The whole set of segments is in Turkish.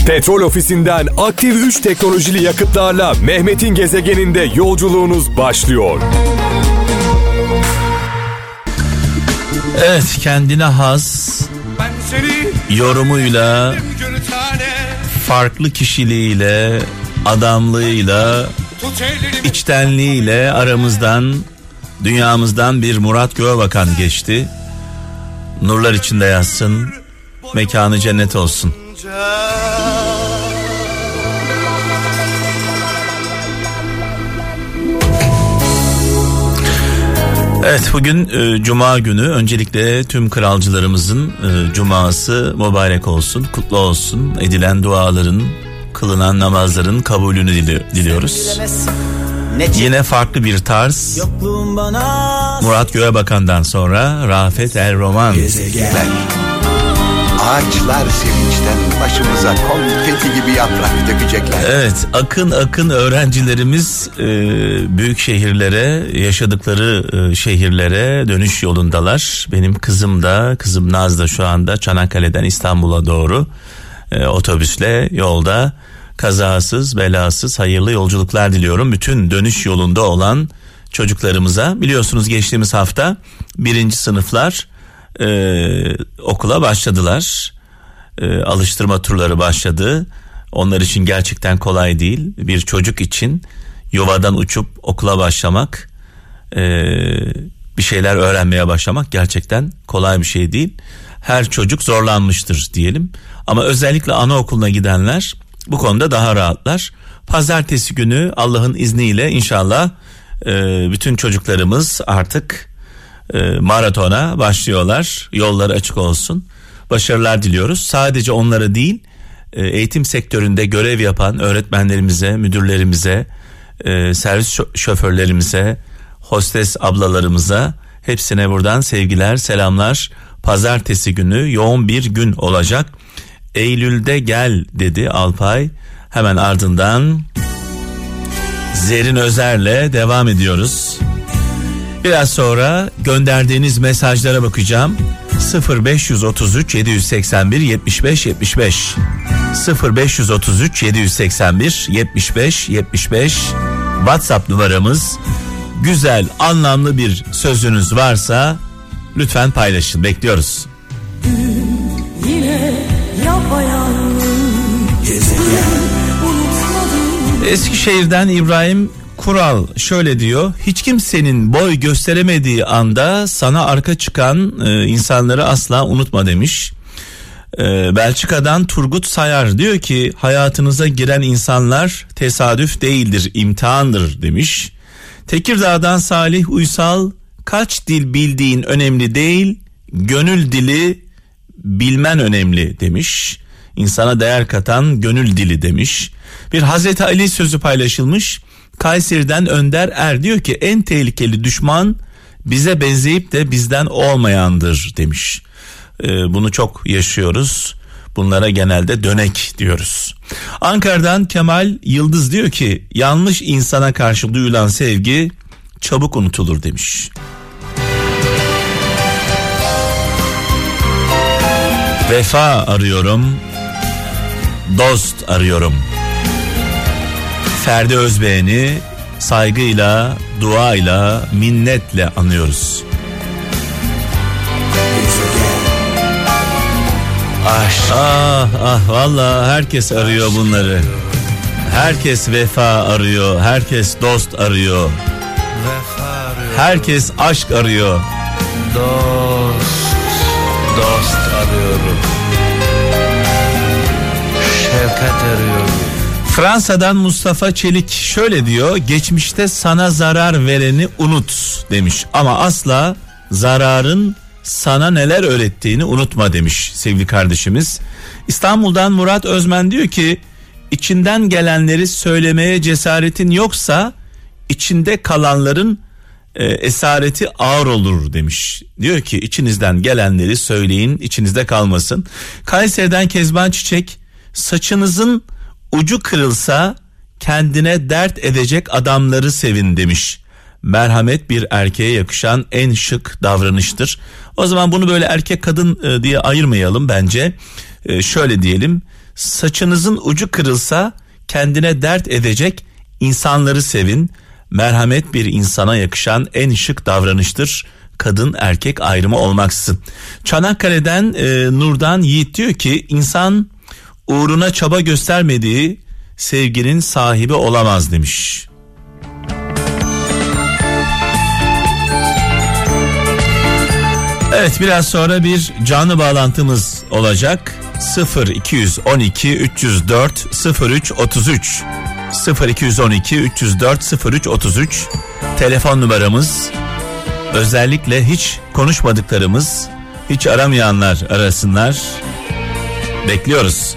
Petrol Ofisi'nden aktif 3 teknolojili yakıtlarla Mehmet'in gezegeninde yolculuğunuz başlıyor. Evet, kendine has yorumuyla, farklı kişiliğiyle, adamlığıyla, içtenliğiyle aramızdan, dünyamızdan bir Murat Göğebakan geçti. Nurlar içinde yatsın, mekanı cennet olsun. Evet, bugün Cuma günü. Öncelikle tüm kralcılarımızın Cuması mübarek olsun, kutlu olsun. Edilen duaların, kılınan namazların kabulünü diliyoruz. Yine farklı bir tarz. Murat Göğebakan'dan sonra Rafet El Roman. Ağaçlar sevinçten başımıza konfeti gibi yaprak dökecekler. Evet, akın öğrencilerimiz büyük şehirlere, yaşadıkları şehirlere dönüş yolundalar. Benim kızım Naz da şu anda Çanakkale'den İstanbul'a doğru otobüsle yolda. Kazasız belasız hayırlı yolculuklar diliyorum bütün dönüş yolunda olan çocuklarımıza. Biliyorsunuz geçtiğimiz hafta 1. sınıflar okula başladılar. Alıştırma turları başladı. Onlar için gerçekten kolay değil. Bir çocuk için yuvadan uçup okula başlamak, bir şeyler öğrenmeye başlamak gerçekten kolay bir şey değil. Her çocuk zorlanmıştır diyelim. Ama özellikle anaokuluna gidenler bu konuda daha rahatlar. Pazartesi günü Allah'ın izniyle inşallah bütün çocuklarımız artık maratona başlıyorlar. Yolları açık olsun. Başarılar diliyoruz. Sadece onlara değil, eğitim sektöründe görev yapan öğretmenlerimize, müdürlerimize, servis şoförlerimize, hostes ablalarımıza hepsine buradan sevgiler, selamlar. Pazartesi günü yoğun bir gün olacak. Eylül'de gel dedi Alpay. Hemen ardından Zerrin Özer'le devam ediyoruz. Biraz sonra gönderdiğiniz mesajlara bakacağım. 0533 781 75 75 0533 781 75 75 WhatsApp numaramız. Güzel, anlamlı bir sözünüz varsa lütfen paylaşın. Bekliyoruz. Yine Eskişehir'den İbrahim Kural şöyle diyor: hiç kimsenin boy gösteremediği anda sana arka çıkan insanları asla unutma demiş. Belçika'dan Turgut Sayar diyor ki hayatınıza giren insanlar tesadüf değildir, imtihandır demiş. Tekirdağ'dan Salih Uysal, kaç dil bildiğin önemli değil, gönül dili bilmen önemli demiş. İnsana değer katan gönül dili demiş. Bir Hazreti Ali sözü paylaşılmış. Kayseri'den Önder Er diyor ki en tehlikeli düşman bize benzeyip de bizden olmayandır demiş. Bunu çok yaşıyoruz. Bunlara genelde dönek diyoruz. Ankara'dan Kemal Yıldız diyor ki yanlış insana karşı duyulan sevgi çabuk unutulur demiş. Vefa arıyorum, dost arıyorum. Ferdi Özbeğen'i saygıyla, duayla, minnetle anıyoruz. Vallahi herkes arıyor bunları. Herkes vefa arıyor, herkes dost arıyor. Herkes aşk arıyor. Dost arıyorum. Şefkat arıyorum. Fransa'dan Mustafa Çelik şöyle diyor: geçmişte sana zarar vereni unut demiş ama asla zararın sana neler öğrettiğini unutma demiş sevgili kardeşimiz. İstanbul'dan Murat Özmen diyor ki içinden gelenleri söylemeye cesaretin yoksa içinde kalanların esareti ağır olur demiş. Diyor ki içinizden gelenleri söyleyin, içinizde kalmasın. Kayseri'den Kezban Çiçek, saçınızın ucu kırılsa kendine dert edecek adamları sevin demiş. Merhamet bir erkeğe yakışan en şık davranıştır. O zaman bunu böyle erkek kadın diye ayırmayalım bence. Şöyle diyelim: Saçınızın ucu kırılsa kendine dert edecek insanları sevin. Merhamet bir insana yakışan en şık davranıştır. Kadın erkek ayrımı olmaksızın. Çanakkale'den Nurdan Yiğit diyor ki insan uğruna çaba göstermediği sevginin sahibi olamaz demiş. Evet, biraz sonra bir canlı bağlantımız olacak. 0212 304 03 33 0212 304 03 33 telefon numaramız. Özellikle hiç konuşmadıklarımız, hiç aramayanlar arasınlar. Bekliyoruz.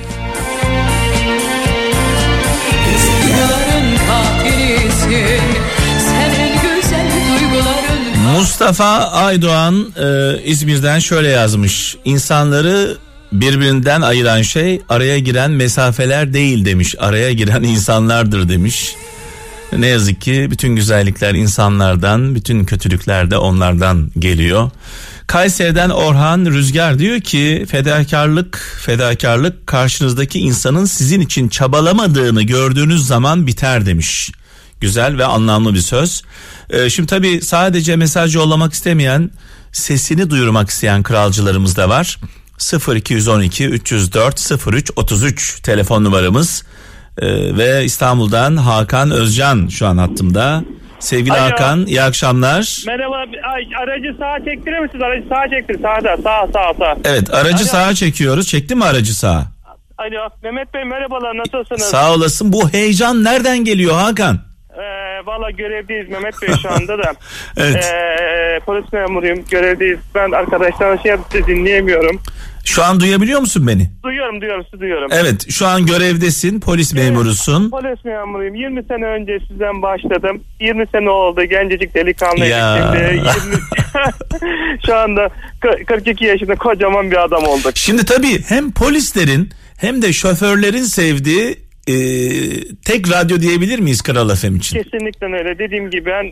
Mustafa Aydoğan İzmir'den şöyle yazmış. İnsanları birbirinden ayıran şey araya giren mesafeler değil demiş. Araya giren insanlardır demiş. Ne yazık ki bütün güzellikler insanlardan, bütün kötülükler de onlardan geliyor. Kayseri'den Orhan Rüzgar diyor ki fedakarlık karşınızdaki insanın sizin için çabalamadığını gördüğünüz zaman biter demiş. Güzel ve anlamlı bir söz. Şimdi tabii sadece mesaj yollamak istemeyen, sesini duyurmak isteyen kralcılarımız da var. 0212 304 03 33 telefon numaramız. Ve İstanbul'dan Hakan Özcan şu an hattımda. Sevgili Alo. Hakan, iyi akşamlar. Merhaba, aracı sağa çektirir misiniz? Aracı sağa çektir, sağ. Evet, aracı Alo. sağa çekiyoruz. Çektin mi aracı sağa? Alo, Mehmet Bey merhabalar, nasılsınız? Sağ olasın. Bu heyecan nereden geliyor Hakan? Valla görevdeyiz Mehmet Bey şu anda da. Evet. Polis memuruyum, görevdeyiz. Ben arkadaşlarla dinleyemiyorum. Şu an duyabiliyor musun beni? Duyuyorum. Evet, şu an görevdesin, polis memurusun. Polis memuruyum. 20 sene önce sizden başladım. 20 sene oldu, gencecik delikanlıyım şimdi. Şu anda 42 yaşında kocaman bir adam olduk. Şimdi tabii hem polislerin hem de şoförlerin sevdiği tek radyo diyebilir miyiz Kral FM için? Kesinlikle öyle. Dediğim gibi ben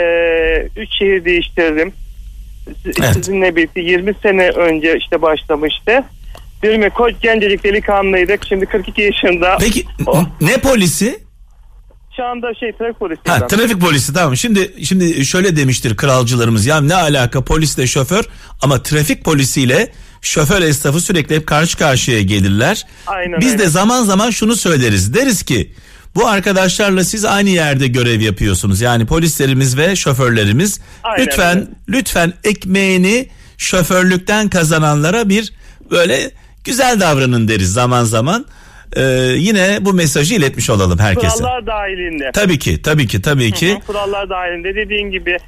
3 şehir değiştirdim. Evet. Sizinle birlikte 20 sene önce işte başlamıştı. Diyorum ya, gencecik delikanlıydık. Şimdi 42 yaşında. Peki ne polisi? Şu anda trafik polisi. Trafik polisi, tamam. Şimdi şöyle demiştir kralcılarımız, ya ne alaka polisle şoför, ama trafik polisiyle şoför esnafı sürekli hep karşı karşıya gelirler. Aynen Biz öyle. de zaman zaman şunu söyleriz, deriz ki bu arkadaşlarla siz aynı yerde görev yapıyorsunuz, yani polislerimiz ve şoförlerimiz. Aynen Lütfen ekmeğini şoförlükten kazananlara bir böyle güzel davranın deriz zaman zaman. Yine bu mesajı iletmiş olalım herkese. Kurallar dahilinde. Tabii ki. Kurallar dahilinde. Dediğin gibi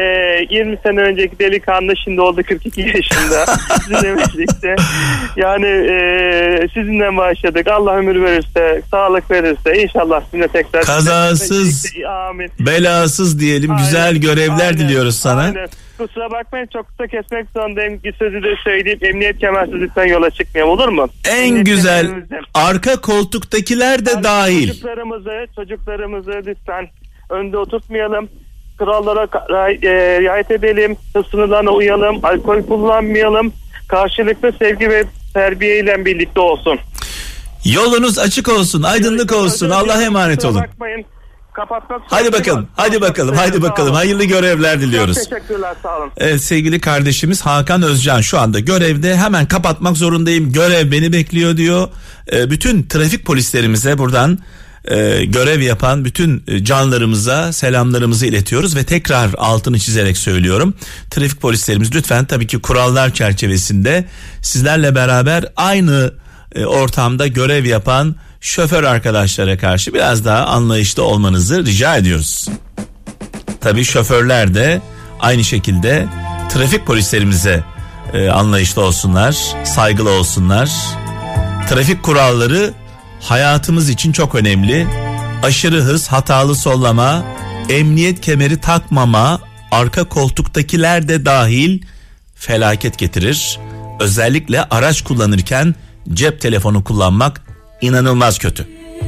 20 sene önceki delikanlı şimdi oldu 42 yaşında. Sizinle birlikte. Yani sizinle başladık. Allah ömür verirse, sağlık verirse inşallah sizinle tekrar. Kazasız, amin, belasız diyelim. Aynen, güzel görevler aynen, diliyoruz sana. Aynen. Kusura bakmayın, çok kısa kesmek zorundayım. Bir sözü de söyleyeyim. Emniyet kemersiz lütfen yola çıkmayalım, olur mu? En Emniyet güzel kemerimizi. arka koltuktakiler de dahil. Çocuklarımızı lütfen önde oturtmayalım. Kurallara riayet edelim. Hız sınırlarına uyalım. Alkol kullanmayalım. Karşılıklı sevgi ve terbiyeyle birlikte olsun. Yolunuz açık olsun, aydınlık olsun. Allah'a emanet olun. Bakmayın. Kapatmak. Hadi bakalım. Hayırlı görevler diliyoruz. Çok teşekkürler, sağ olun. Evet, sevgili kardeşimiz Hakan Özcan şu anda görevde. Hemen kapatmak zorundayım. Görev beni bekliyor diyor. Bütün trafik polislerimize buradan görev yapan bütün canlarımıza selamlarımızı iletiyoruz ve tekrar altını çizerek söylüyorum. Trafik polislerimiz lütfen tabii ki kurallar çerçevesinde sizlerle beraber aynı ortamda görev yapan şoför arkadaşlara karşı biraz daha anlayışlı olmanızı rica ediyoruz. Tabii şoförler de aynı şekilde trafik polislerimize anlayışlı olsunlar, saygılı olsunlar. Trafik kuralları hayatımız için çok önemli. Aşırı hız, hatalı sollama, emniyet kemeri takmama, arka koltuktakiler de dahil felaket getirir. Özellikle araç kullanırken cep telefonu kullanmak inanılmaz kötü.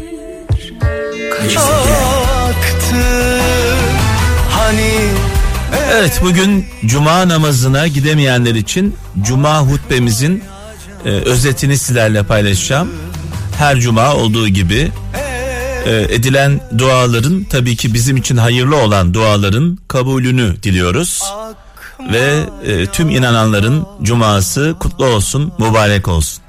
Evet, bugün cuma namazına gidemeyenler için cuma hutbemizin özetini sizlerle paylaşacağım. her cuma olduğu gibi edilen duaların, tabii ki bizim için hayırlı olan duaların kabulünü diliyoruz. Ve tüm inananların cuması kutlu olsun, mübarek olsun.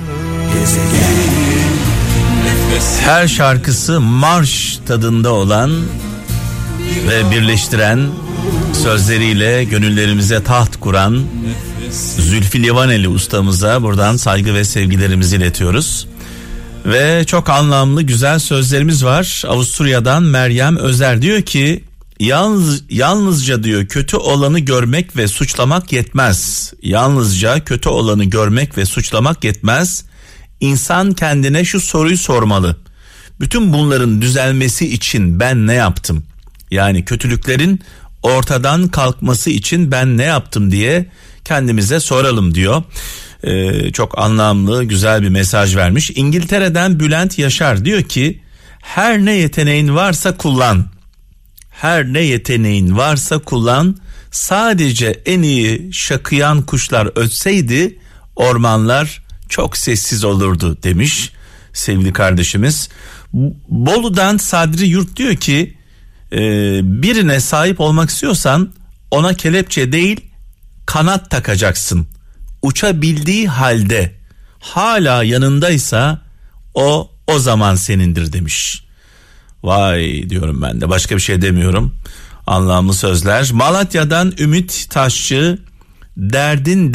Her şarkısı marş tadında olan ve birleştiren, sözleriyle gönüllerimize taht kuran Zülfü Livaneli ustamıza buradan saygı ve sevgilerimizi iletiyoruz. Ve çok anlamlı güzel sözlerimiz var. Avusturya'dan Meryem Özer diyor ki, yalnızca diyor kötü olanı görmek ve suçlamak yetmez. Yalnızca kötü olanı görmek ve suçlamak yetmez. İnsan kendine şu soruyu sormalı: bütün bunların düzelmesi için ben ne yaptım? Yani kötülüklerin ortadan kalkması için ben ne yaptım diye kendimize soralım diyor. Çok anlamlı, güzel bir mesaj vermiş. İngiltere'den Bülent Yaşar diyor ki, her ne yeteneğin varsa kullan. Her ne yeteneğin varsa kullan. Sadece en iyi şakıyan kuşlar ötseydi ormanlar çok sessiz olurdu demiş sevgili kardeşimiz. Bolu'dan Sadri Yurt diyor ki, birine sahip olmak istiyorsan ona kelepçe değil kanat takacaksın. Uçabildiği halde hala yanındaysa o zaman senindir demiş. Vay diyorum ben de, başka bir şey demiyorum. Anlamlı sözler. Malatya'dan Ümit Taşçı, derdin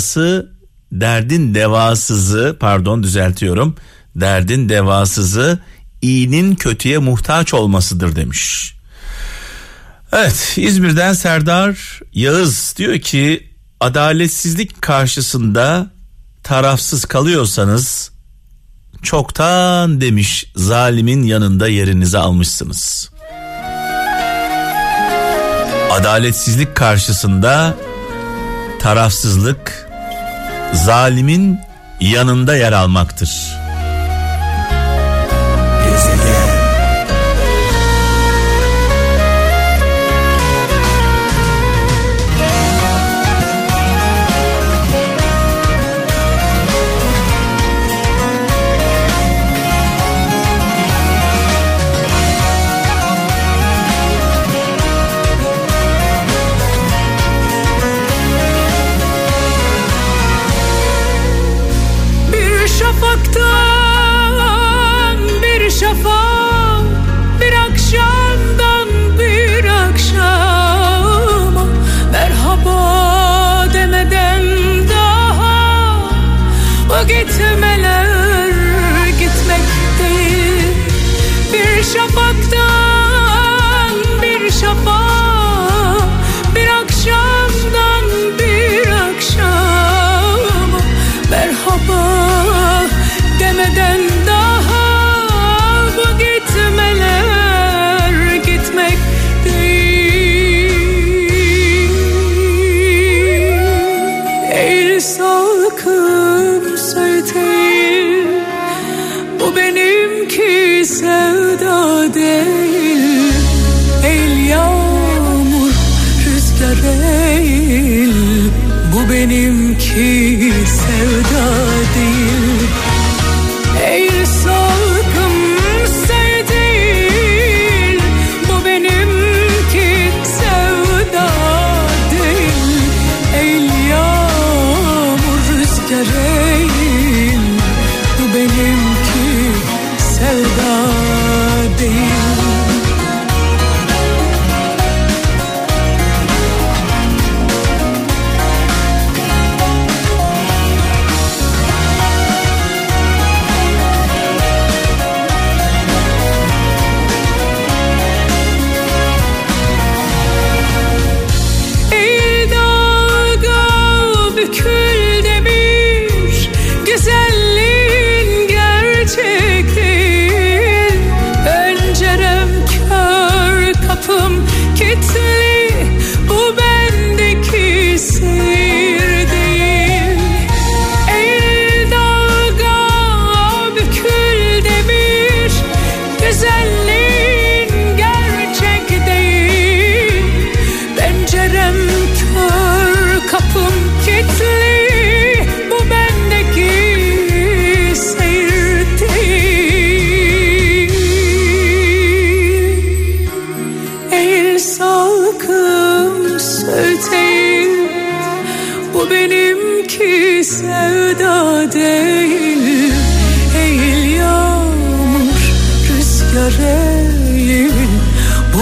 devasızı iyinin kötüye muhtaç olmasıdır demiş. Evet, İzmir'den Serdar Yağız diyor ki, adaletsizlik karşısında tarafsız kalıyorsanız çoktan demiş zalimin yanında yerinizi almışsınız. Adaletsizlik karşısında tarafsızlık zalimin yanında yer almaktır.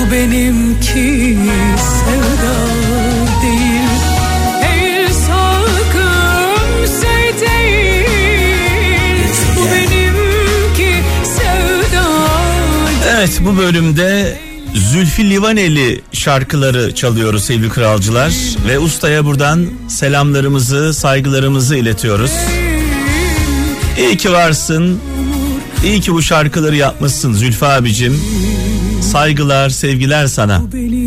Bu benimki sevda değil. Eğil sakın şey değil. Bu benimki sevda değil. Evet, bu bölümde Zülfü Livaneli şarkıları çalıyoruz sevgili kralcılar ve ustaya buradan selamlarımızı, saygılarımızı iletiyoruz. İyi ki varsın, iyi ki bu şarkıları yapmışsın Zülfü abicim. Saygılar, sevgiler sana.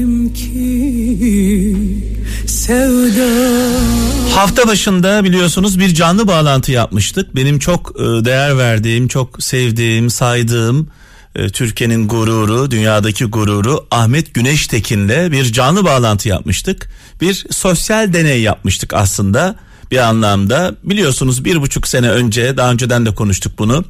Hafta başında biliyorsunuz bir canlı bağlantı yapmıştık. Benim çok değer verdiğim, çok sevdiğim, saydığım, Türkiye'nin gururu, dünyadaki gururu Ahmet Güneştekin'le bir canlı bağlantı yapmıştık. Bir sosyal deney yapmıştık aslında bir anlamda. Biliyorsunuz 1,5 sene önce, daha önceden de konuştuk bunu.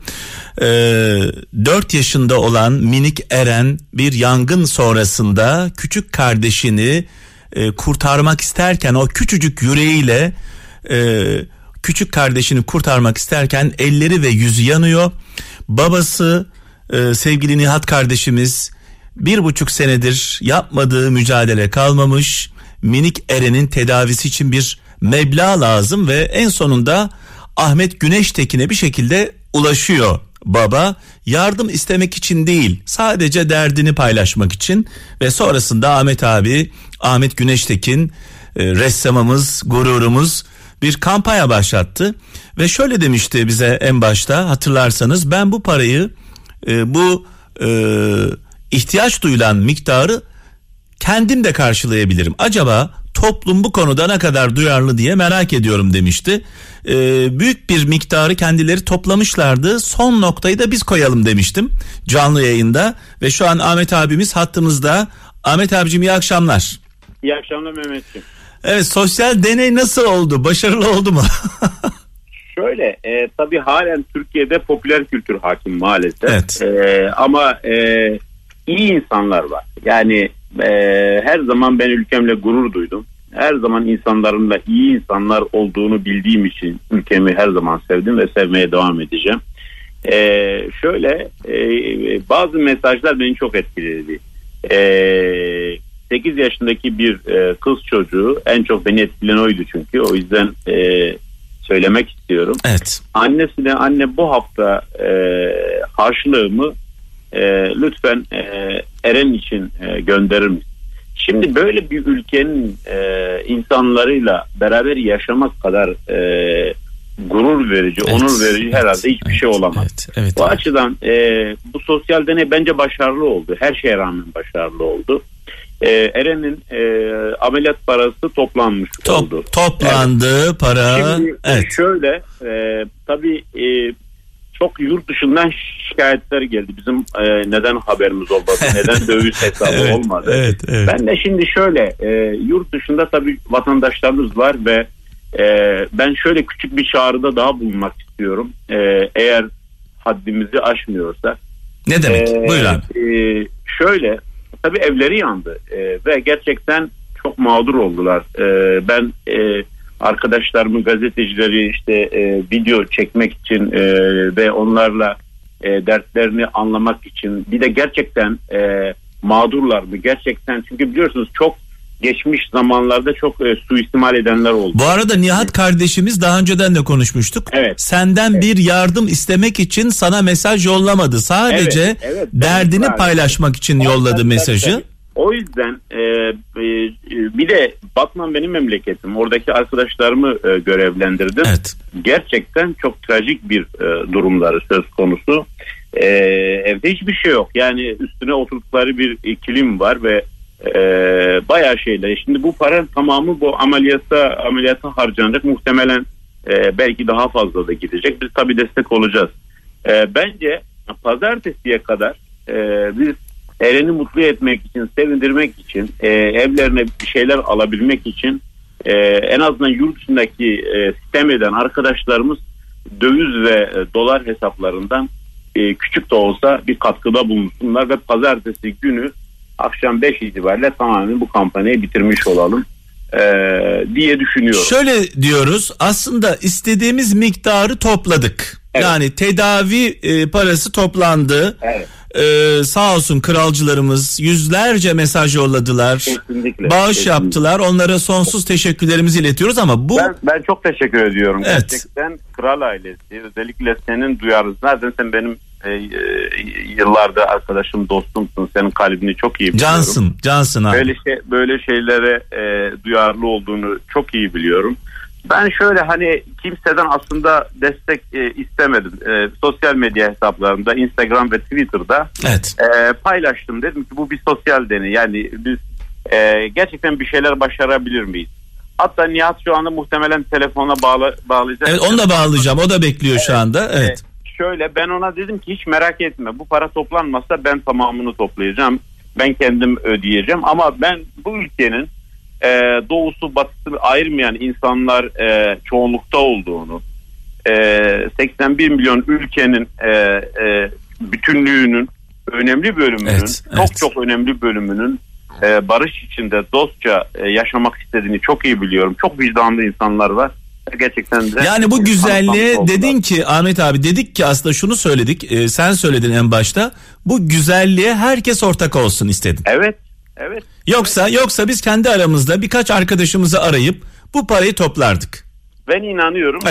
4 yaşında olan minik Eren bir yangın sonrasında küçük kardeşini kurtarmak isterken, o küçücük yüreğiyle küçük kardeşini kurtarmak isterken elleri ve yüzü yanıyor. Babası sevgili Nihat kardeşimiz 1,5 senedir yapmadığı mücadele kalmamış. Minik Eren'in tedavisi için bir meblağ lazım ve en sonunda Ahmet Güneştekin'e bir şekilde ulaşıyor baba. Yardım istemek için değil, sadece derdini paylaşmak için ve sonrasında Ahmet Güneştekin ressamımız, gururumuz bir kampanya başlattı ve şöyle demişti bize en başta, hatırlarsanız, ben bu parayı bu ihtiyaç duyulan miktarı kendim de karşılayabilirim. Acaba toplum bu konuda ne kadar duyarlı diye merak ediyorum demişti. Büyük bir miktarı kendileri toplamışlardı. Son noktayı da biz koyalım demiştim canlı yayında ve şu an Ahmet abimiz hattımızda. Ahmet abicim, iyi akşamlar. İyi akşamlar Mehmetciğim. Evet, sosyal deney nasıl oldu? Başarılı oldu mu? Şöyle, tabii halen Türkiye'de popüler kültür hakim maalesef. Evet. Ama iyi insanlar var. Yani her zaman ben ülkemle gurur duydum. Her zaman insanların da iyi insanlar olduğunu bildiğim için ülkemi her zaman sevdim ve sevmeye devam edeceğim. Bazı mesajlar beni çok etkiledi. 8 yaşındaki bir kız çocuğu, en çok beni etkileyen oydu çünkü. O yüzden söylemek istiyorum. Evet. Annesine, anne bu hafta harçlığımı lütfen Eren için gönderir misin? Şimdi böyle bir ülkenin insanlarıyla beraber yaşamak kadar gurur verici, onur verici herhalde hiçbir şey olamaz. Bu açıdan bu sosyal deney bence başarılı oldu. Her şeye rağmen başarılı oldu. Eren'in ameliyat parası toplanmış oldu. Toplandı, evet. Para. Şimdi şöyle tabii çok yurt dışından şikayetler geldi. Bizim neden haberimiz olmadı, neden döviz hesabı olmadı. Evet. Ben de şimdi şöyle yurt dışında tabii vatandaşlarımız var ve ben şöyle küçük bir çağrıda daha bulunmak istiyorum. Eğer haddimizi aşmıyorsa. Ne demek? Buyur abi. Şöyle, tabii evleri yandı ve gerçekten çok mağdur oldular. Ben arkadaşlarımın, gazetecileri video çekmek için ve onlarla dertlerini anlamak için, bir de gerçekten mağdurlar mı? Gerçekten, çünkü biliyorsunuz çok geçmiş zamanlarda çok suistimal edenler oldu. Bu arada Nihat kardeşimiz, daha önceden de konuşmuştuk. Evet. Senden bir yardım istemek için sana mesaj yollamadı. Sadece derdini paylaşmak için yolladı mesajı. Tabii. O yüzden bir de Batman benim memleketim. Oradaki arkadaşlarımı görevlendirdim. Evet. Gerçekten çok trajik bir durumları söz konusu. Evde hiçbir şey yok. Yani üstüne oturdukları bir kilim var ve bayağı şeyler. Şimdi bu para tamamı bu ameliyata harcanacak. Muhtemelen belki daha fazla da gidecek. Biz tabii destek olacağız. Bence pazartesiye kadar biz Eren'i mutlu etmek için, sevindirmek için, evlerine bir şeyler alabilmek için en azından yurt dışındaki sistem eden arkadaşlarımız döviz ve dolar hesaplarından küçük de olsa bir katkıda bulunsunlar ve pazartesi günü akşam 5 itibariyle tamamen bu kampanyayı bitirmiş olalım diye düşünüyorum. Şöyle diyoruz, aslında istediğimiz miktarı topladık. Evet. Yani tedavi parası toplandı. Evet. Sağ olsun kralcılarımız yüzlerce mesaj yolladılar. Kesinlikle. Bağış yaptılar. Onlara sonsuz teşekkürlerimizi iletiyoruz ama bu... Ben çok teşekkür ediyorum. Evet. Gerçekten kral ailesi, özellikle senin duyarlısın. Zaten sen benim yıllarda arkadaşım, dostumsun. Senin kalbini çok iyi biliyorum. Cansın abi. Böyle şeylere duyarlı olduğunu çok iyi biliyorum. Ben şöyle hani kimseden aslında destek istemedim. Sosyal medya hesaplarımda, Instagram ve Twitter'da paylaştım. Dedim ki bu bir sosyal deney. Yani biz gerçekten bir şeyler başarabilir miyiz? Hatta Nihat şu anda muhtemelen telefona bağlayacak. Evet, onu da bağlayacağım. O da bekliyor şu anda. Evet. Şöyle, ben ona dedim ki hiç merak etme. Bu para toplanmazsa ben tamamını toplayacağım. Ben kendim ödeyeceğim. Ama ben bu ülkenin doğusu batısını ayırmayan insanlar çoğunlukta olduğunu, 81 milyon ülkenin bütünlüğünün önemli bölümünün, çok önemli bölümünün barış içinde dostça yaşamak istediğini çok iyi biliyorum. Çok vicdanlı insanlar var. Gerçekten de. Yani bu güzelliğe dedin ki Ahmet abi, dedik ki aslında şunu söyledik. Sen söyledin en başta. Bu güzelliğe herkes ortak olsun istedim. Evet. Yoksa biz kendi aramızda birkaç arkadaşımızı arayıp bu parayı toplardık. Ben inanıyorum.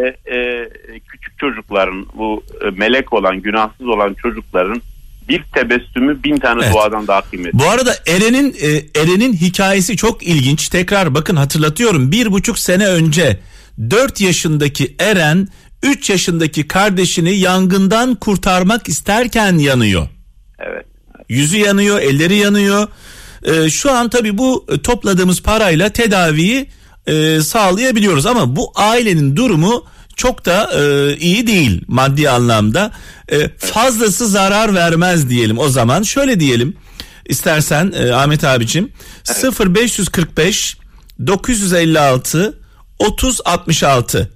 Küçük çocukların, bu melek olan, günahsız olan çocukların bir tebessümü 1000 tane duadan daha kıymetli. Bu arada Eren'in hikayesi çok ilginç. Tekrar bakın, hatırlatıyorum. 1,5 sene önce 4 yaşındaki Eren 3 yaşındaki kardeşini yangından kurtarmak isterken yanıyor. Evet. Yüzü yanıyor, elleri yanıyor. Şu an tabii bu topladığımız parayla tedaviyi sağlayabiliyoruz ama bu ailenin durumu çok da iyi değil maddi anlamda. Fazlası zarar vermez diyelim o zaman. Şöyle diyelim istersen Ahmet abicim. 0545 956 3066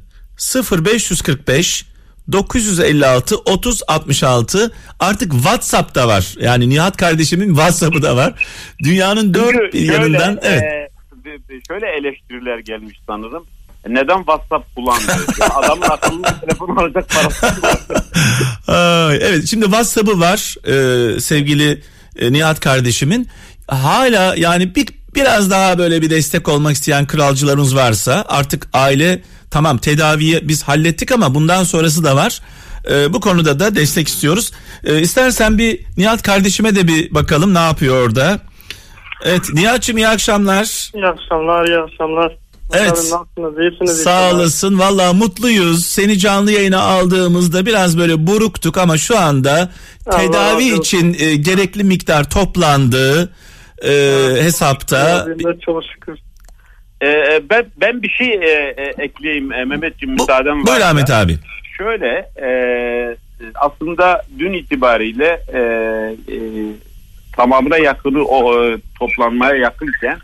0545 956 3066. Artık WhatsApp'ta var. Yani Nihat kardeşimin WhatsApp'ı da var. Dünyanın dört bir yanından. Şöyle eleştiriler gelmiş sanırım. Neden WhatsApp kullanmıyor? Adamın akıllı telefonu alacak parası var. Evet, şimdi WhatsApp'ı var sevgili Nihat kardeşimin. Hala yani biraz daha böyle bir destek olmak isteyen kralcılarımız varsa, artık aile tamam, tedaviyi biz hallettik ama bundan sonrası da var. Bu konuda da destek istiyoruz. İstersen bir Nihat kardeşime de bir bakalım ne yapıyor orada. Evet Nihat'cığım, iyi akşamlar. İyi akşamlar. Evet. Sağ olasın. Vallahi mutluyuz. Seni canlı yayına aldığımızda biraz böyle buruktuk ama şu anda tedavi için gerekli miktar toplandı hesapta. Çok şükür. Ben bir şey ekleyeyim Mehmetciğim, müsaaden var. Buyur Ahmet abi. Şöyle aslında dün itibariyle tamamına yakını toplanmaya yakınken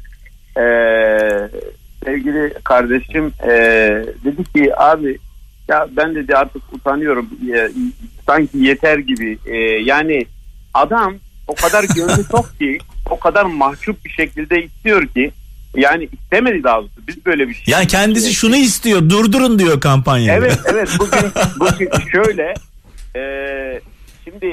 sevgili kardeşim dedi ki abi ya ben dedi artık utanıyorum, sanki yeter gibi, yani adam o kadar gönlü tok ki, o kadar mahcup bir şekilde istiyor ki, yani istemedi daha doğrusu, biz böyle bir şey. Yani kendisi şunu istiyor, durdurun diyor kampanyayı. Evet bugün şöyle şimdi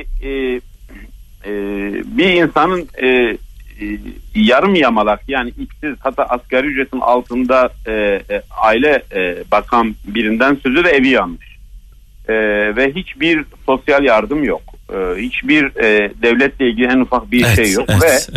bir insanın yarım yamalak, yani işsiz, hatta asgari ücretin altında aile bakan birinden sözü ve evi yanmış. Ve hiçbir sosyal yardım yok. Hiçbir devletle ilgili en ufak bir şey yok.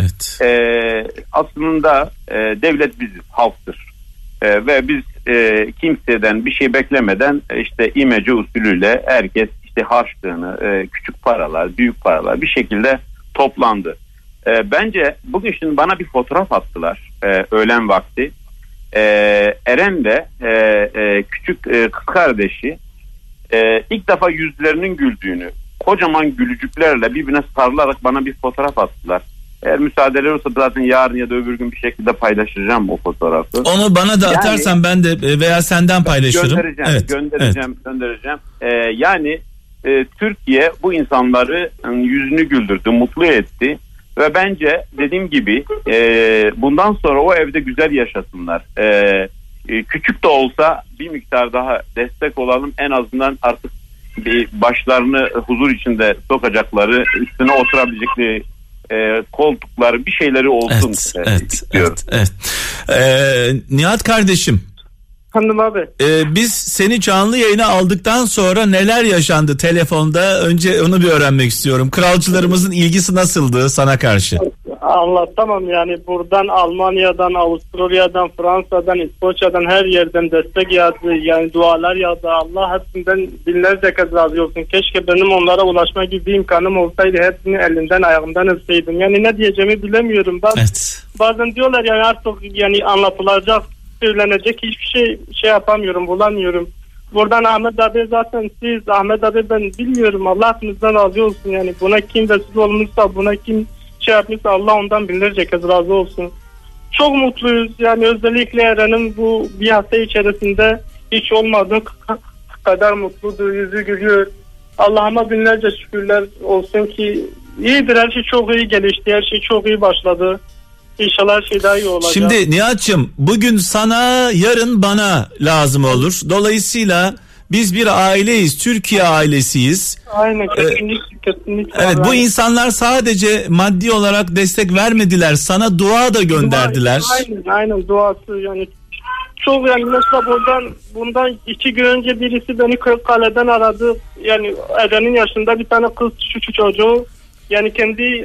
Aslında devlet biziz, halktır. Ve biz kimseden bir şey beklemeden işte imece usulüyle herkes işte harçlığını, küçük paralar, büyük paralar bir şekilde toplandı. Bence bugün şimdi bana bir fotoğraf attılar öğlen vakti. Eren'le küçük kız kardeşi ilk defa yüzlerinin güldüğünü, kocaman gülücüklerle birbirine sarılarak bana bir fotoğraf attılar. Eğer müsaadeler olursa zaten yarın ya da öbür gün bir şekilde paylaşacağım o fotoğrafı. Onu bana da atarsan ben de veya senden paylaşırım. Göndereceğim. Yani Türkiye bu insanların yüzünü güldürdü, mutlu etti. Ve bence dediğim gibi bundan sonra o evde güzel yaşasınlar. Küçük de olsa bir miktar daha destek olalım. En azından artık bir başlarını huzur içinde sokacakları, üstüne oturabilecekleri koltukları, bir şeyleri olsun istiyorum. Evet. Nihat kardeşim. Efendim abi. Biz seni canlı yayına aldıktan sonra neler yaşandı telefonda? Önce onu bir öğrenmek istiyorum. Kralcılarımızın ilgisi nasıldı sana karşı? Anlatamam yani, buradan Almanya'dan, Avustralya'dan, Fransa'dan, İskoçya'dan, her yerden destek yağdı. Yani dualar yağdı. Allah hepsinden binlerce kez razı olsun. Keşke benim onlara ulaşma gibi bir imkanım olsaydı. Hepsini elinden ayağımdan öpseydim. Yani ne diyeceğimi bilemiyorum. Bazen diyorlar yani artık yani anlatılacak, söylenecek hiçbir şey yapamıyorum, bulamıyorum. Buradan Ahmet abi, zaten siz Ahmet abi ben bilmiyorum, Allah hepinizden razı olsun. Yani buna kim vesile olmuşsa, buna kim şey yapmışsa Allah ondan binlerce kez razı olsun. Çok mutluyuz yani, özellikle Eren'in bu bir hafta içerisinde hiç olmadığı kadar mutludur, yüzü gülüyor. Allah'ıma binlerce şükürler olsun ki iyidir, her şey çok iyi gelişti, her şey çok iyi başladı. İnşallah her şey daha iyi olacak. Şimdi Nihat'cığım, bugün sana, yarın bana lazım olur. Dolayısıyla biz bir aileyiz, Türkiye ailesiyiz. Aynen, kesinlikle. Evet, bu insanlar sadece maddi olarak destek vermediler, sana dua da gönderdiler. Aynen duası yani. Çok yani, mesela bundan 2 gün önce birisi beni Kırıkkale'den aradı. Yani Eren'in yaşında bir tane kız şu çocuğu, yani kendi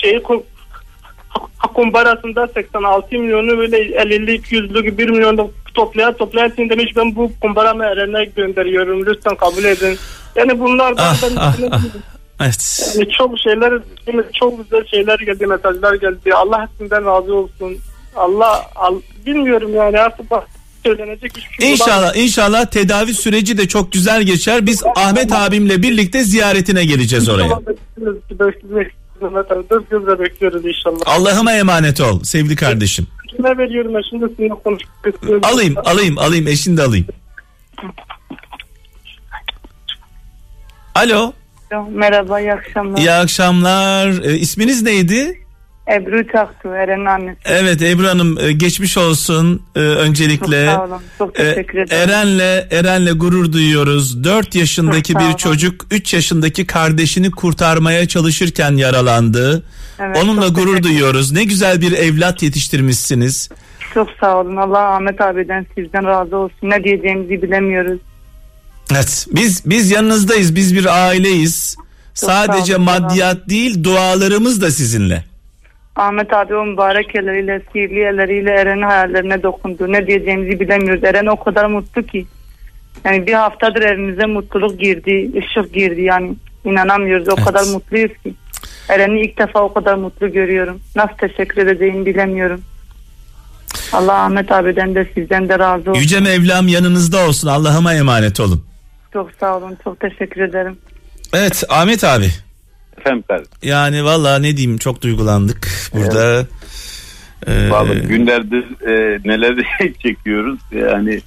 kumbarasında 86 milyonu böyle 50'lik 100'lük 1 milyonluk toplaya demiş, ben bu kumbaramı Eren'e gönderiyorum, lütfen kabul edin. Yani bunlardan evet. Yani çok güzel şeyler geldi, mesajlar geldi. Allah hepsinden razı olsun. Bilmiyorum yani, artık söylenecek hiçbir şey. İnşallah tedavi süreci de çok güzel geçer. Biz Ahmet abimle birlikte ziyaretine geleceğiz oraya. Bekliyoruz inşallah. Allah'ıma emanet ol sevgili kardeşim. Kime veriyorum ben şimdi, sizinle konuşmak istiyorum. Alayım, eşini de alayım. Alo. Merhaba, iyi akşamlar. İyi akşamlar. İsminiz neydi? Ebru Çaktu, Eren'in annesi. Evet Ebru Hanım, geçmiş olsun öncelikle. Çok sağ olun, çok teşekkür ederim. Eren'le gurur duyuyoruz. 4 yaşındaki bir çocuk 3 yaşındaki kardeşini kurtarmaya çalışırken yaralandı. Evet, onunla gurur duyuyoruz. Ne güzel bir evlat yetiştirmişsiniz. Çok sağ olun. Allah Ahmet abiden, sizden razı olsun. Ne diyeceğimizi bilemiyoruz. Evet, biz yanınızdayız. Biz bir aileyiz. Çok sadece maddiyat değil, dualarımız da sizinle. Ahmet abi o mübarek elleriyle, sihirli elleriyle Eren'in hayallerine dokundu. Ne diyeceğimizi bilemiyoruz. Eren o kadar mutlu ki. Yani bir haftadır evimize mutluluk girdi, ışık girdi yani. İnanamıyoruz, o kadar mutluyuz ki. Eren'i ilk defa o kadar mutlu görüyorum. Nasıl teşekkür edeceğimi bilemiyorum. Allah Ahmet abiden de sizden de razı olsun. Yüce Mevlam yanınızda olsun. Allah'ıma emanet olun. Çok sağ olun, çok teşekkür ederim. Evet Ahmet abi. Efendim kardeşim. Yani vallahi ne diyeyim, çok duygulandık burada. Evet. Vallahi günlerdir neler çekiyoruz. Yani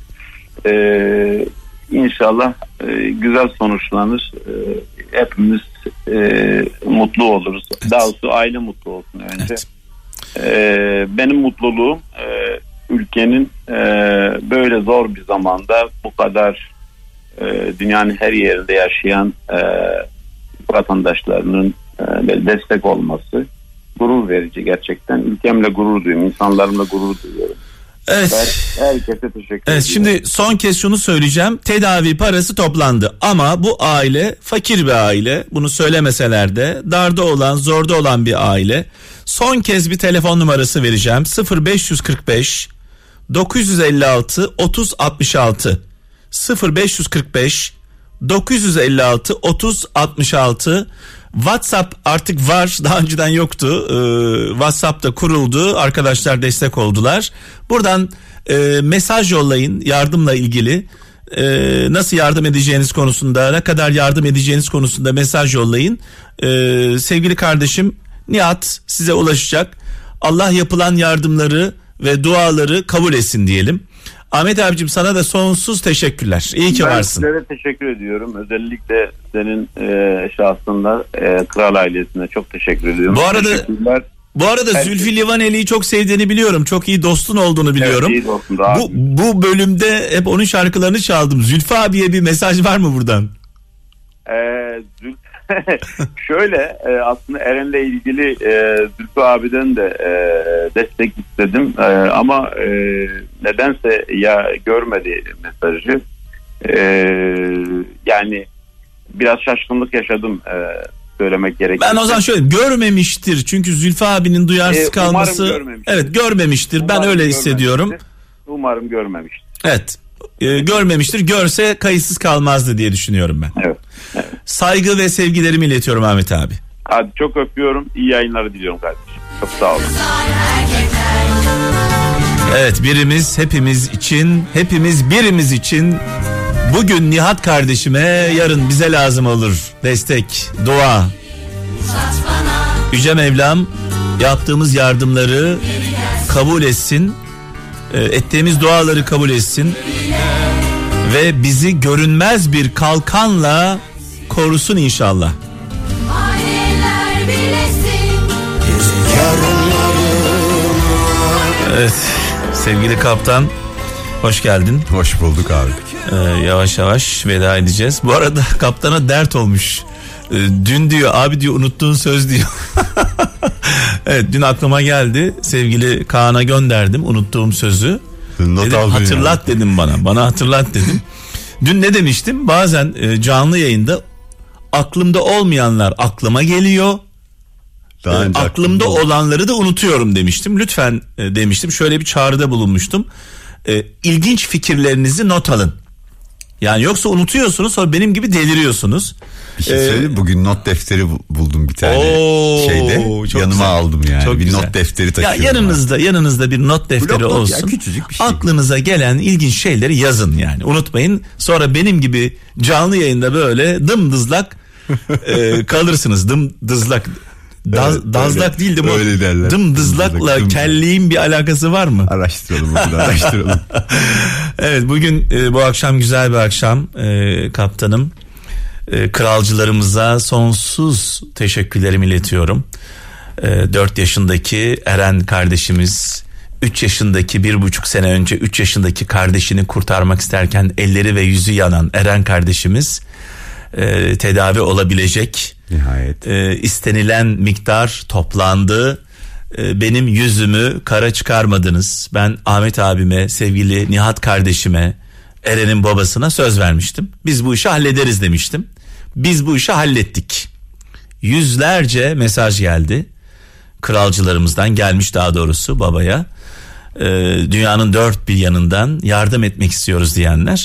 inşallah güzel sonuçlanır. Hepimiz mutlu oluruz. Daha doğrusu aile mutlu olsun önce. Evet. Benim mutluluğum ülkenin böyle zor bir zamanda bu kadar dünyanın her yerinde yaşayan vatandaşlarının destek olması gurur verici gerçekten. Ülkemle gurur duyuyorum, insanlarımla gurur duyuyorum. Evet. Herkese teşekkür ederim. Evet, şimdi son kez şunu söyleyeceğim. Tedavi parası toplandı ama bu aile fakir bir aile. Bunu söylemeseler de darda olan, zorda olan bir aile. Son kez bir telefon numarası vereceğim. 0545 956 30 66 0545 956 30 66. WhatsApp artık var, daha önceden yoktu. WhatsApp da kuruldu, arkadaşlar destek oldular. Buradan mesaj yollayın yardımla ilgili. Nasıl yardım edeceğiniz konusunda, ne kadar yardım edeceğiniz konusunda mesaj yollayın. Sevgili kardeşim Nihat size ulaşacak. Allah yapılan yardımları ve duaları kabul etsin diyelim. Ahmet abicim, sana da sonsuz teşekkürler. İyi ki varsın. Ben size teşekkür ediyorum. Özellikle senin şahsında Kral ailesine çok teşekkür ediyorum. Bu arada Zülfü Livaneli'yi çok sevdiğini biliyorum. Çok iyi dostun olduğunu biliyorum. Evet, iyi dostum, bu bölümde hep onun şarkılarını çaldım. Zülfü abiye bir mesaj var mı buradan? Şöyle aslında Eren'le ilgili Zülfü abiden de destek istedim ama nedense ya görmedi mesajı. Yani biraz şaşkınlık yaşadım söylemek gerekirse. Ben o zaman şöyle görmemiştir çünkü Zülfü abinin duyarsız kalması görmemiştir. Umarım ben öyle hissediyorum. Umarım görmemiştir. Evet. Görmemiştir. Görse kayıtsız kalmazdı diye düşünüyorum ben. Evet. Saygı ve sevgilerimi iletiyorum Ahmet abi. Hadi çok öpüyorum. İyi yayınları diliyorum kardeşim. Çok sağ olun. Evet, birimiz hepimiz için, hepimiz birimiz için. Bugün Nihat kardeşime, yarın bize lazım olur destek, dua. Yüce Mevlam yaptığımız yardımları kabul etsin, ettiğimiz duaları kabul etsin ve bizi görünmez bir kalkanla korusun inşallah. Evet, sevgili kaptan, hoş geldin. Hoş bulduk abi. Yavaş yavaş veda edeceğiz. Bu arada kaptana dert olmuş. Dün diyor abi diyor unuttuğun söz diyor. Evet, dün aklıma geldi. Sevgili Kaan'a gönderdim unuttuğum sözü. Dedim, hatırlat yani. Dedim bana. Bana hatırlat dedim. Dün ne demiştim? Bazen canlı yayında aklımda olmayanlar aklıma geliyor. Aklımda olanları da unutuyorum demiştim. Lütfen demiştim. Şöyle bir çağrıda bulunmuştum. İlginç fikirlerinizi not alın. Yani yoksa unutuyorsunuz, sonra benim gibi deliriyorsunuz. Bir şey söyleyeyim, bugün not defteri buldum bir tane şeyde. Yanıma güzel. Aldım yani. Çok bir güzel. Not defteri taşıyorum. Ya yanınızda bir not defteri olsun. Ya, küçücük bir şey. Aklınıza gelen ilginç şeyleri yazın yani. Unutmayın. Sonra benim gibi canlı yayında böyle dımdızlak kalırsınız. Dımdızlak. Dazlak değil değil mi? Öyle derler. Dımdızlakla kelliğin bir alakası var mı? Araştıralım. Araştıralım. Evet, bugün bu akşam güzel bir akşam kaptanım. Kralcılarımıza sonsuz teşekkürlerimi iletiyorum. 4 yaşındaki Eren kardeşimiz, 3 yaşındaki 1,5 sene önce 3 yaşındaki kardeşini kurtarmak isterken elleri ve yüzü yanan Eren kardeşimiz tedavi olabilecek. Nihayet. İstenilen miktar toplandı. Benim yüzümü kara çıkarmadınız. Ben Ahmet abime, sevgili Nihat kardeşime, Eren'in babasına söz vermiştim. Biz bu işi hallederiz demiştim. Biz bu işi hallettik. Yüzlerce mesaj geldi. Kralcılarımızdan gelmiş, daha doğrusu babaya. Dünyanın dört bir yanından yardım etmek istiyoruz diyenler.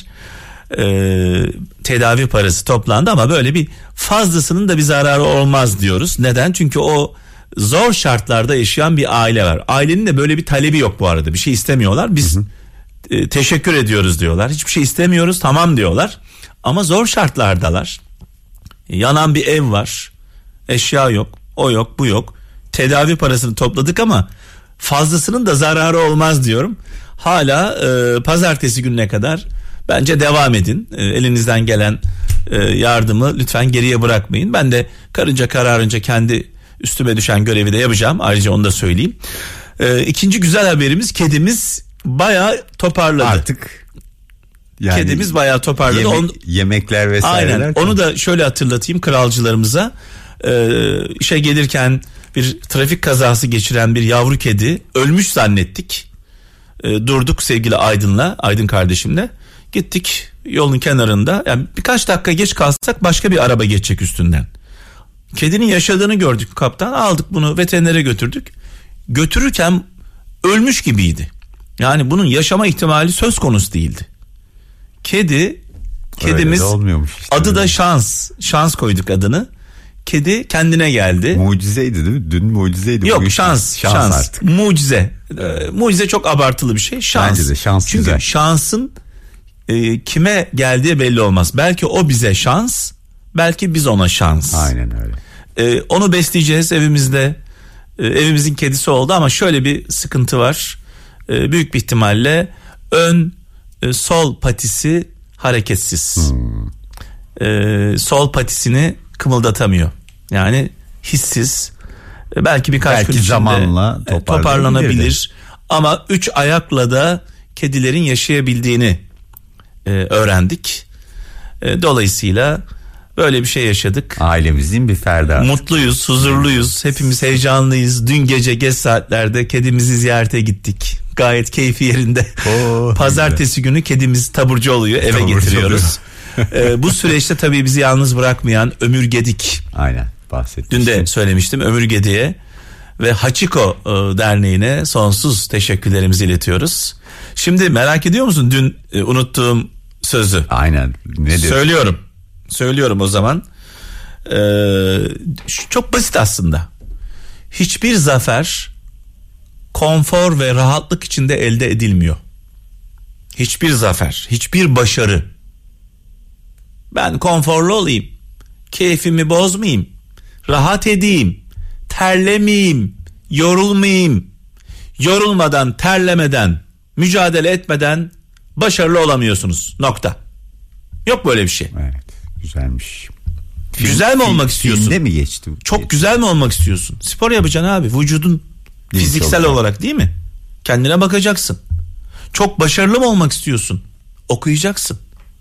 Tedavi parası toplandı ama böyle bir fazlasının da bir zararı olmaz diyoruz. Neden? Çünkü o zor şartlarda yaşayan bir aile var. Ailenin de böyle bir talebi yok bu arada. Bir şey istemiyorlar. Biz teşekkür ediyoruz diyorlar. Hiçbir şey istemiyoruz, tamam diyorlar. Ama zor şartlardalar. Yanan bir ev var. Eşya yok, o yok, bu yok. Tedavi parasını topladık ama fazlasının da zararı olmaz diyorum. Hala pazartesi gününe kadar bence devam edin. Elinizden gelen yardımı lütfen geriye bırakmayın. Ben de karınca kararınca kendi üstüme düşen görevi de yapacağım. Ayrıca onu da söyleyeyim. İkinci güzel haberimiz, kedimiz bayağı toparladı. Artık yani kedimiz bayağı toparladı. Yemekler vesaireler. Aynen. Onu da şöyle hatırlatayım kralcılarımıza. İşe gelirken bir trafik kazası geçiren bir yavru kedi ölmüş zannettik. Durduk sevgili Aydın kardeşimle. Gittik yolun kenarında. Yani birkaç dakika geç kalsak başka bir araba geçecek üstünden. Kedinin yaşadığını gördük kaptan. Aldık bunu veterinere götürdük. Götürürken ölmüş gibiydi. Yani bunun yaşama ihtimali söz konusu değildi. Kedimiz işte, adı da Şans. Şans koyduk adını. Kedi kendine geldi. Mucizeydi değil mi? Dün mucizeydi. Yok, şans artık. Mucize. Mucize çok abartılı bir şey. Şans. Bence de şans. Çünkü güzel. Şansın kime geldiği belli olmaz. Belki o bize şans, belki biz ona şans. Aynen öyle. Onu besleyeceğiz evimizde. Evimizin kedisi oldu ama şöyle bir sıkıntı var. Büyük bir ihtimalle ön sol patisi hareketsiz. Sol patisini kımıldatamıyor. Yani hissiz. Belki birkaç gün içinde zamanla toparlanabilir. Ama 3 ayakla da kedilerin yaşayabildiğini öğrendik. Dolayısıyla Böyle bir şey yaşadık. Ailemizin bir ferdi. Mutluyuz, huzurluyuz, hepimiz heyecanlıyız. Dün gece geç saatlerde kedimizi ziyarete gittik. Gayet keyfi yerinde. Pazartesi günü kedimiz taburcu oluyor, eve getiriyoruz. Bu süreçte tabii bizi yalnız bırakmayan Ömür Gedik. Aynen, bahsetmiştim. Dün de söylemiştim, Ömür Gedik'e ve Hachiko Derneği'ne sonsuz teşekkürlerimizi iletiyoruz. Şimdi merak ediyor musun dün unuttuğum sözü? Aynen. Nedir? Söylüyorum o zaman. Çok basit aslında. Hiçbir zafer konfor ve rahatlık içinde elde edilmiyor. Hiçbir zafer, hiçbir başarı. Ben konforlu olayım, keyfimi bozmayayım, rahat edeyim, terlemeyeyim, yorulmayayım. Yorulmadan, terlemeden, mücadele etmeden başarılı olamıyorsunuz. Nokta. Yok böyle bir şey. Evet, güzelmiş. Güzel mi olmak istiyorsun? Filmde mi geçti? Çok güzel mi olmak istiyorsun? Spor yapacaksın abi. Vücudun fiziksel olarak değil mi? Kendine bakacaksın. Çok başarılı mı olmak istiyorsun? Okuyacaksın.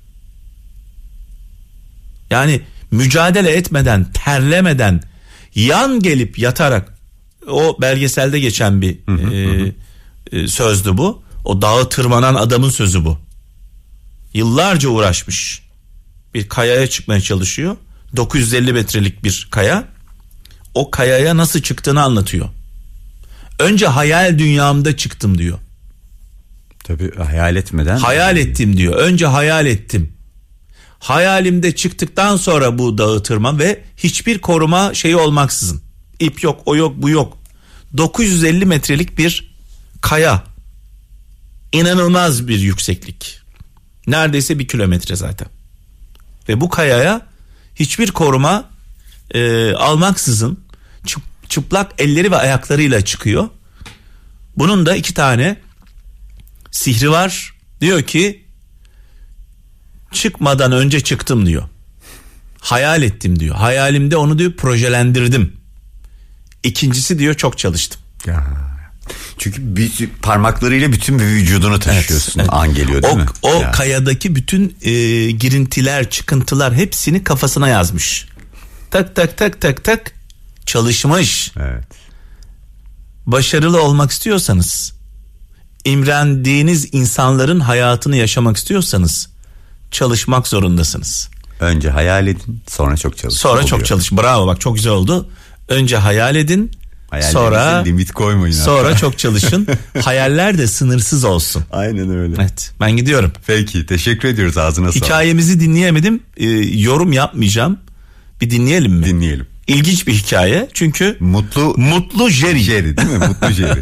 Yani mücadele etmeden, terlemeden, yan gelip yatarak, o belgeselde geçen bir sözdü bu. O dağı tırmanan adamın sözü bu. Yıllarca uğraşmış. Bir kayaya çıkmaya çalışıyor. 950 metrelik bir kaya. O kayaya nasıl çıktığını anlatıyor. Önce hayal dünyamda çıktım diyor. Tabii hayal etmeden. Hayal ettim diyor. Önce hayal ettim. Hayalimde çıktıktan sonra bu dağı tırman ve hiçbir koruma şeyi olmaksızın. İp yok, o yok, bu yok. 950 metrelik bir kaya. İnanılmaz bir yükseklik. Neredeyse 1 kilometre zaten. Ve bu kayaya hiçbir koruma almaksızın çıplak elleri ve ayaklarıyla çıkıyor. Bunun da 2 tane sihri var. Diyor ki çıkmadan önce çıktım diyor. Hayal ettim diyor. Hayalimde onu diyor projelendirdim. İkincisi diyor çok çalıştım. Ya. Çünkü parmaklarıyla bütün bir vücudunu taşıyorsun. Evet. An geliyor değil mi? O kayadaki bütün girintiler, çıkıntılar hepsini kafasına yazmış. Tak tak tak tak tak çalışmış. Evet. Başarılı olmak istiyorsanız, imrendiğiniz insanların hayatını yaşamak istiyorsanız çalışmak zorundasınız. Önce hayal edin, sonra çok çalış. Sonra çok çalış. Bravo, bak çok güzel oldu. Önce hayal edin. Sonra limit koymayın. Sonra çok çalışın. Hayaller de sınırsız olsun. Aynen öyle. Evet, ben gidiyorum. Peki, teşekkür ediyoruz, ağzına sağlık. Hikayemizi dinleyemedim. Yorum yapmayacağım. Bir dinleyelim mi? Dinleyelim. İlginç bir hikaye. Çünkü Mutlu Jerry. Jerry değil mi? Mutlu Jerry.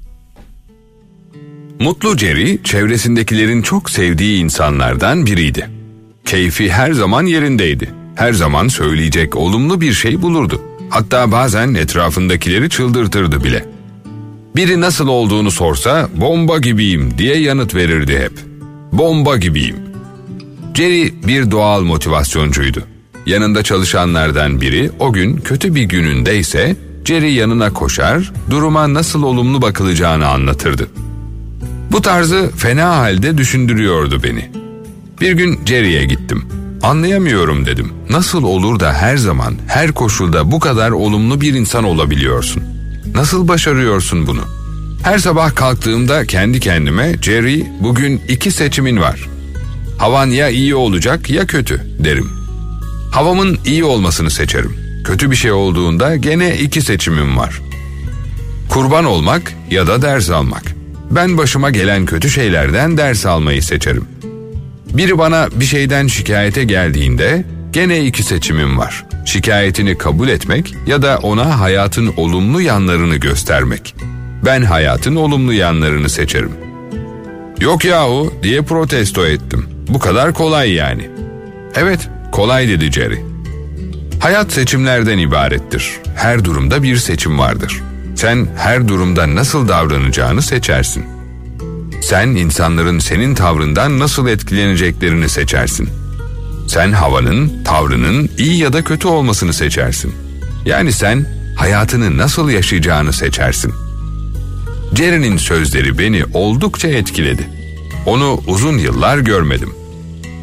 Mutlu Jerry çevresindekilerin çok sevdiği insanlardan biriydi. Keyfi her zaman yerindeydi. Her zaman söyleyecek olumlu bir şey bulurdu. Hatta bazen etrafındakileri çıldırtırdı bile. Biri nasıl olduğunu sorsa bomba gibiyim diye yanıt verirdi hep. Bomba gibiyim. Jerry bir doğal motivasyoncuydu. Yanında çalışanlardan biri o gün kötü bir günündeyse Jerry yanına koşar, duruma nasıl olumlu bakılacağını anlatırdı. Bu tarzı fena halde düşündürüyordu beni. Bir gün Jerry'e gittim. Anlayamıyorum dedim. Nasıl olur da her zaman, her koşulda bu kadar olumlu bir insan olabiliyorsun? Nasıl başarıyorsun bunu? Her sabah kalktığımda kendi kendime Jerry, bugün 2 seçimin var. Havan ya iyi olacak ya kötü derim. Havamın iyi olmasını seçerim. Kötü bir şey olduğunda gene 2 seçimim var. Kurban olmak ya da ders almak. Ben başıma gelen kötü şeylerden ders almayı seçerim. Biri bana bir şeyden şikayete geldiğinde gene 2 seçimim var. Şikayetini kabul etmek ya da ona hayatın olumlu yanlarını göstermek. Ben hayatın olumlu yanlarını seçerim. Yok yahu diye protesto ettim. Bu kadar kolay yani. Evet, kolay dedi Jerry. Hayat seçimlerden ibarettir. Her durumda bir seçim vardır. Sen her durumda nasıl davranacağını seçersin. Sen insanların senin tavrından nasıl etkileneceklerini seçersin. Sen havanın, tavrının iyi ya da kötü olmasını seçersin. Yani sen hayatını nasıl yaşayacağını seçersin. Jerry'nin sözleri beni oldukça etkiledi. Onu uzun yıllar görmedim.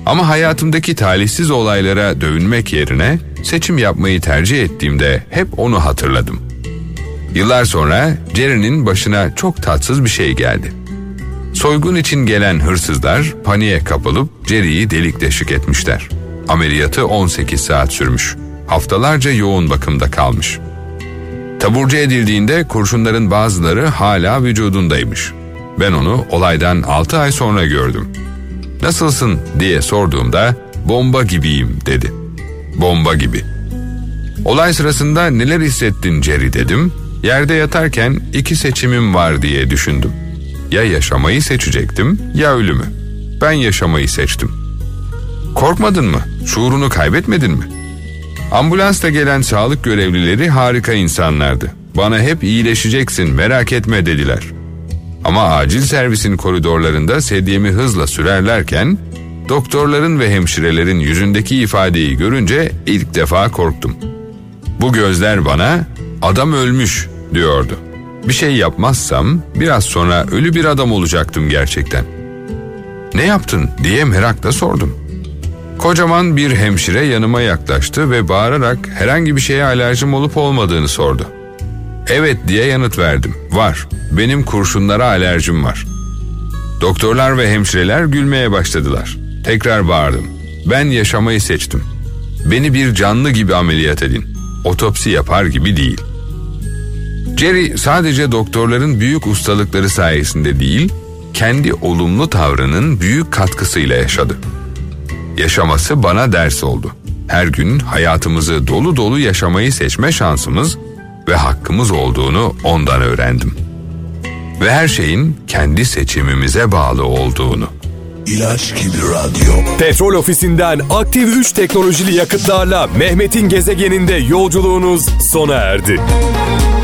Ama hayatımdaki talihsiz olaylara dövünmek yerine seçim yapmayı tercih ettiğimde hep onu hatırladım. Yıllar sonra Jerry'nin başına çok tatsız bir şey geldi. Soygun için gelen hırsızlar paniğe kapılıp Jerry'yi delik deşik etmişler. Ameliyatı 18 saat sürmüş. Haftalarca yoğun bakımda kalmış. Taburcu edildiğinde kurşunların bazıları hala vücudundaymış. Ben onu olaydan 6 ay sonra gördüm. "Nasılsın?" diye sorduğumda "Bomba gibiyim" dedi. Bomba gibi. "Olay sırasında neler hissettin Jerry?" dedim. Yerde yatarken 2 seçimim var diye düşündüm. Ya yaşamayı seçecektim ya ölümü. Ben yaşamayı seçtim. "Korkmadın mı? Şuurunu kaybetmedin mi?" Ambulansla gelen sağlık görevlileri harika insanlardı. Bana hep "iyileşeceksin, merak etme" dediler. Ama acil servisin koridorlarında sedyemi hızla sürerlerken doktorların ve hemşirelerin yüzündeki ifadeyi görünce ilk defa korktum. Bu gözler bana "adam ölmüş" diyordu. Bir şey yapmazsam biraz sonra ölü bir adam olacaktım gerçekten. "Ne yaptın?" diye merakla sordum. Kocaman bir hemşire yanıma yaklaştı ve bağırarak herhangi bir şeye alerjim olup olmadığını sordu. "Evet" diye yanıt verdim. "Var. Benim kurşunlara alerjim var." Doktorlar ve hemşireler gülmeye başladılar. Tekrar bağırdım. "Ben yaşamayı seçtim. Beni bir canlı gibi ameliyat edin. Otopsi yapar gibi değil." Jerry sadece doktorların büyük ustalıkları sayesinde değil, kendi olumlu tavrının büyük katkısıyla yaşadı. Yaşaması bana ders oldu. Her gün hayatımızı dolu dolu yaşamayı seçme şansımız ve hakkımız olduğunu ondan öğrendim. Ve her şeyin kendi seçimimize bağlı olduğunu. İlaç gibi radyo. Petrol Ofisi'nden aktif 3 teknolojili yakıtlarla Mehmet'in gezegeninde yolculuğunuz sona erdi.